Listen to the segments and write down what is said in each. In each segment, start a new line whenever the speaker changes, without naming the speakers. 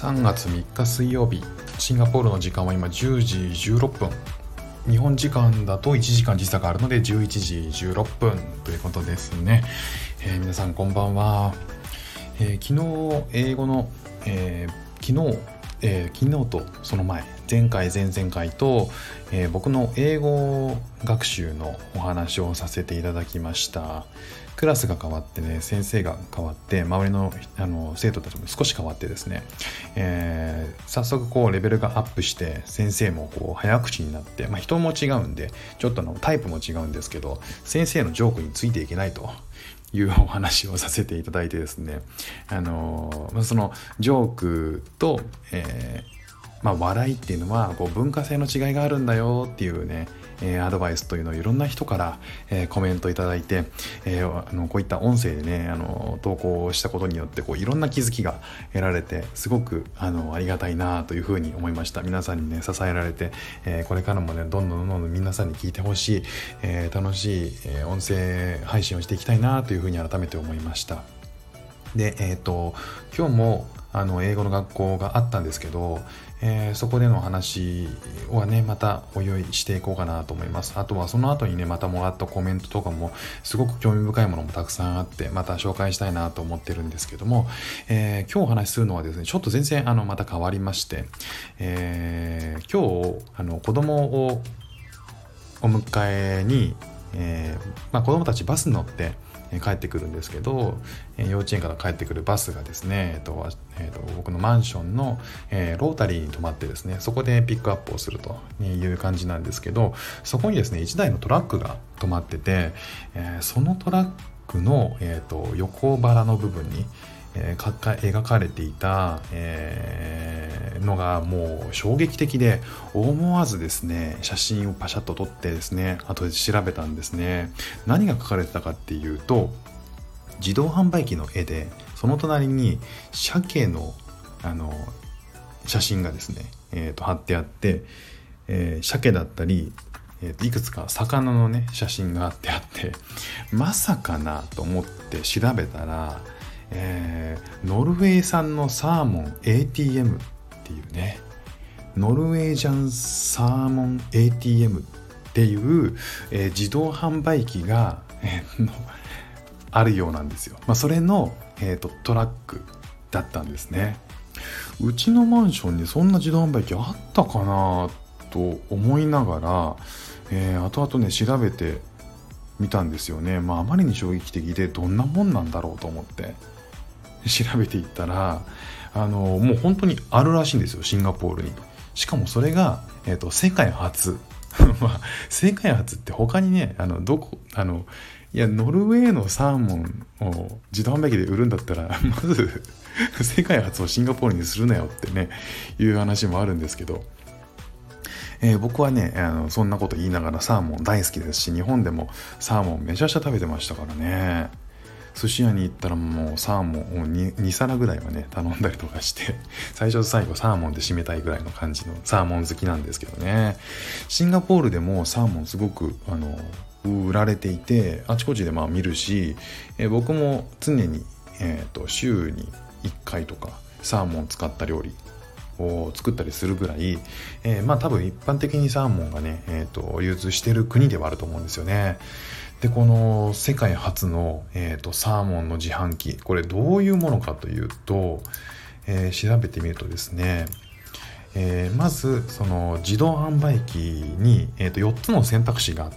3月3日水曜日、シンガポールの時間は今10時16分。日本時間だと1時間時差があるので11時16分ということですね。皆さんこんばんは。昨日英語の、昨日とその前回前々回と、僕の英語学習のお話をさせていただきました。クラスが変わってね、先生が変わって、周りの、生徒たちも少し変わってですね、早速レベルがアップして、先生も早口になって、人も違うんでちょっとタイプも違うんですけど、先生のジョークについていけないというお話をさせていただいてですね、そのジョークと、笑いっていうのは文化性の違いがあるんだよっていうね、アドバイスというのをいろんな人から、コメントいただいて、こういった音声でね投稿したことによっていろんな気づきが得られて、すごくありがたいなというふうに思いました。皆さんにね支えられて、これからもねどんどん皆さんに聞いてほしい、楽しい、音声配信をしていきたいなというふうに改めて思いました。で、今日も英語の学校があったんですけど、そこでの話はねまたおいおいしていこうかなと思います。あとはその後にねまたもらったコメントとかもすごく興味深いものもたくさんあって、また紹介したいなと思ってるんですけども、今日お話しするのはですねちょっと全然また変わりまして、今日子供をお迎えに、子供たちバスに乗って帰ってくるんですけど、幼稚園から帰ってくるバスがですね、僕のマンションの、ロータリーに止まってですね、そこでピックアップをするという感じなんですけど、そこにですね1台のトラックが止まってて、そのトラックの、横腹の部分に描かれていた、のがもう衝撃的で、思わずですね写真をパシャッと撮ってですね後で調べたんですね。何が書かれてたかっていうと、自動販売機の絵でその隣に鮭の写真がですね、貼ってあって、鮭だったりいくつか魚のね写真が貼ってあって、まさかなと思って調べたら、ノルウェー産のサーモン ATM っていうね、ノルウェージャンサーモン ATM っていう、自動販売機が、あるようなんですよ。それの、トラックだったんですね。うちのマンションにそんな自動販売機あったかなと思いながら、後々ね調べてみたんですよね。あまりに衝撃的でどんなもんなんだろうと思って調べていったら、もう本当にあるらしいんですよ、シンガポールに。しかもそれが、世界初世界初って他にねノルウェーのサーモンを自動販売機で売るんだったらまず世界初をシンガポールにするなよってねいう話もあるんですけど、僕はねそんなこと言いながらサーモン大好きですし、日本でもサーモンめちゃくちゃ食べてましたからね。寿司屋に行ったらもうサーモンを 2皿ぐらいはね頼んだりとかして、最初と最後サーモンで締めたいぐらいの感じのサーモン好きなんですけどね。シンガポールでもサーモンすごく売られていて、あちこちで見るし、僕も常に、週に1回とかサーモン使った料理を作ったりするぐらい、多分一般的にサーモンがね、流通してる国ではあると思うんですよね。でこの世界初の、サーモンの自販機、これどういうものかというと、調べてみるとですね、まずその自動販売機に、4つの選択肢があって、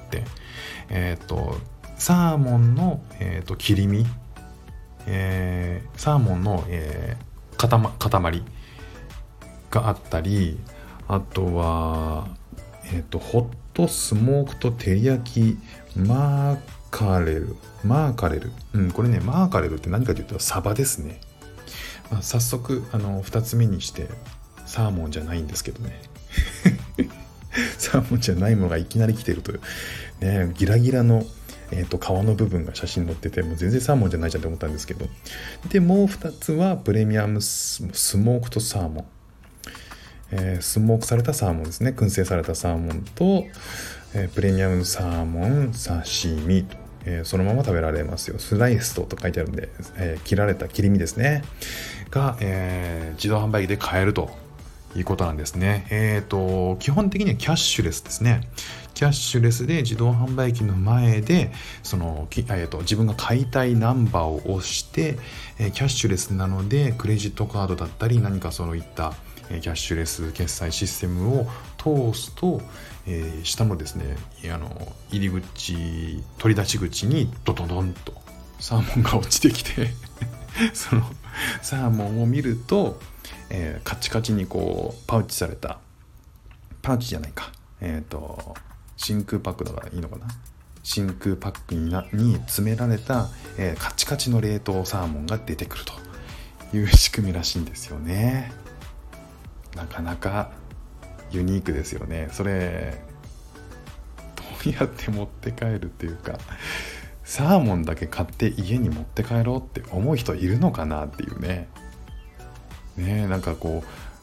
サーモンの、切り身、サーモンの、塊があったり、あとは、ホットスモークと照り焼きマーカレル、これねマーカレルって何かというとサバですね。早速2つ目にしてサーモンじゃないんですけどねサーモンじゃないものがいきなり来てるというね、ギラギラの、皮の部分が写真載ってて、もう全然サーモンじゃないじゃんって思ったんですけど、でもう2つはプレミアムスモークとサーモン、スモークされたサーモンですね、燻製されたサーモンと、プレミアムサーモン刺身と、 そのまま食べられますよ。スライスと書いてあるんで、切られた切り身ですねが、自動販売機で買えるということなんですね。基本的にはキャッシュレスですね。キャッシュレスで自動販売機の前で自分が買いたいナンバーを押して、キャッシュレスなのでクレジットカードだったり何かそういったキャッシュレス決済システムを通すと、下のですね入り口取り出し口にドドドンとサーモンが落ちてきてそのサーモンを見ると、カチカチにこうパウチされたパウチじゃないか真空パックだからいいのかな、真空パックに詰められた、カチカチの冷凍サーモンが出てくるという仕組みらしいんですよね。なかなかユニークですよね。それどうやって持って帰るっていうか、サーモンだけ買って家に持って帰ろうって思う人いるのかなっていうね。なんかこ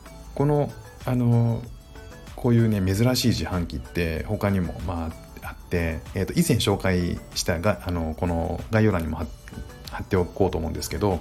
ういうね珍しい自販機って他にもあって、以前紹介したこの概要欄にも貼っておこうと思うんですけど、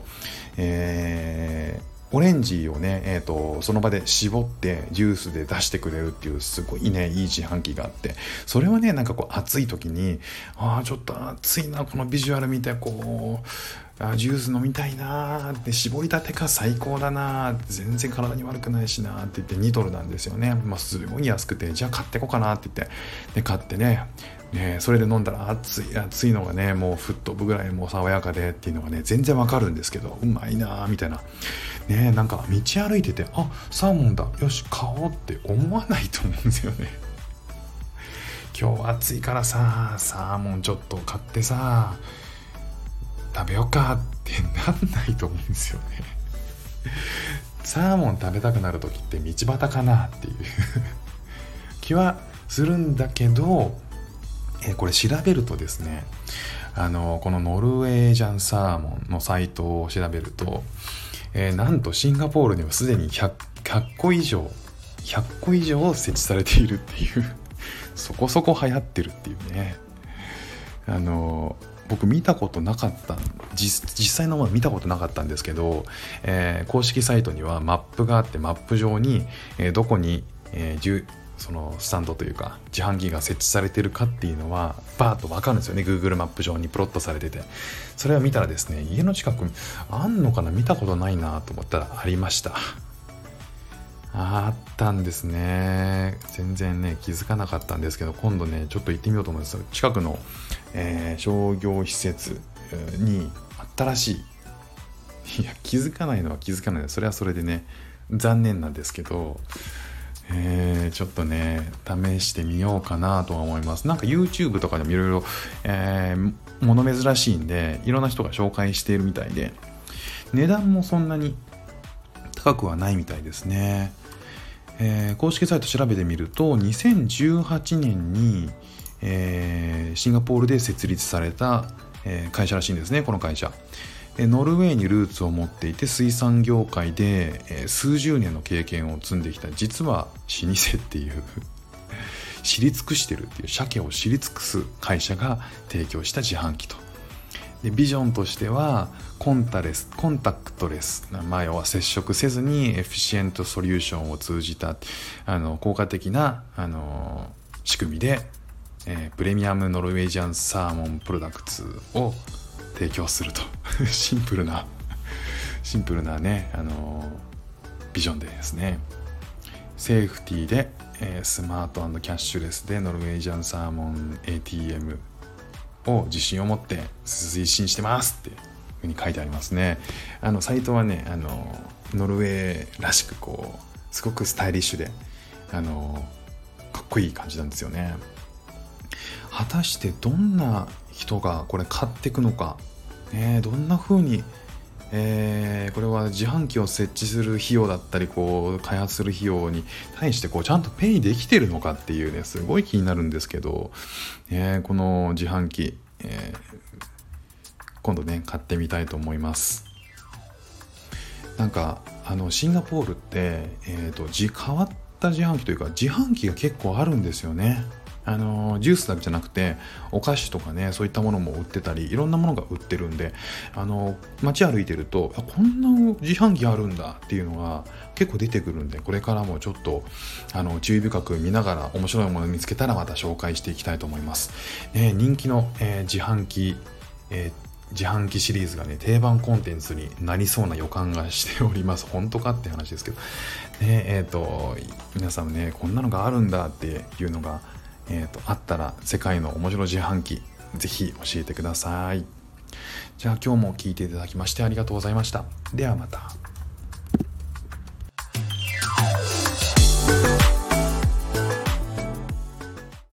オレンジをね、その場で絞ってジュースで出してくれるっていうすごいねいい自販機があって、それはねなんかこう暑い時にちょっと暑いなこのビジュアル見てこうジュース飲みたいなって絞りたてか最高だな全然体に悪くないしなって言って2ドルなんですよね。すごい安くてじゃあ買ってこうかなって言ってで買ってねそれで飲んだら熱いのがねもう吹っ飛ぶぐらいもう爽やかでっていうのがね全然わかるんですけど、うまいなみたいななんか道歩いててサーモンだよし買おうって思わないと思うんですよね。今日暑いからさサーモンちょっと買ってさ食べようかってなんないと思うんですよね。サーモン食べたくなる時って道端かなっていう気はするんだけど、これ調べるとですねこのノルウェージャンサーモンのサイトを調べると、なんとシンガポールにはすでに100個以上設置されているっていうそこそこ流行ってるっていうね。僕見たことなかった実際のもの見たことなかったんですけど、公式サイトにはマップがあってマップ上に、どこに、そのスタンドというか自販機が設置されてるかっていうのはバーッと分かるんですよね。 Google マップ上にプロットされてて、それを見たらですね家の近くにあんのかな見たことないなと思ったらありました。あったんですね。全然ね気づかなかったんですけど今度ねちょっと行ってみようと思うんですよ。近くの、商業施設にあったらしい。いや気づかないのは気づかない、それはそれでね残念なんですけど、ちょっとね試してみようかなとは思います。なんか YouTube とかでもいろいろ物珍しいんでいろんな人が紹介しているみたいで値段もそんなに高くはないみたいですね。公式サイト調べてみると2018年に、シンガポールで設立された、会社らしいんですね。この会社ノルウェーにルーツを持っていて水産業界で、数十年の経験を積んできた実は老舗っていう知り尽くしてるっていう鮭を知り尽くす会社が提供した自販機と。でビジョンとしてはコンタクトレス、要は接触せずにエフィシエントソリューションを通じた効果的な仕組みで、プレミアムノルウェージャンサーモンプロダクツを提供するとシンプルなねビジョンでですねセーフティーで、スマート&キャッシュレスでノルウェージャンサーモン ATMを自信を持って推進してますっていうふうに書いてありますね。サイトはねノルウェーらしくこうすごくスタイリッシュでかっこいい感じなんですよね。果たしてどんな人がこれ買っていくのか、どんな風に、これは自販機を設置する費用だったりこう開発する費用に対してこうちゃんとペイできてるのかっていうねすごい気になるんですけど、この自販機、今度ね買ってみたいと思います。なんかシンガポールって、変わった自販機というか自販機が結構あるんですよね。 ジュースだけじゃなくてお菓子とかね、そういったものも売ってたり、いろんなものが売ってるんで、街歩いてるとこんな自販機あるんだっていうのが結構出てくるんで、これからもちょっと注意深く見ながら面白いものを見つけたらまた紹介していきたいと思います。人気の、自販機シリーズがね、定番コンテンツになりそうな予感がしております。本当かって話ですけど、皆さんね、こんなのがあるんだっていうのが、あったら、世界の面白い自販機ぜひ教えてください。じゃあ今日も聞いていただきましてありがとうございました。ではまた。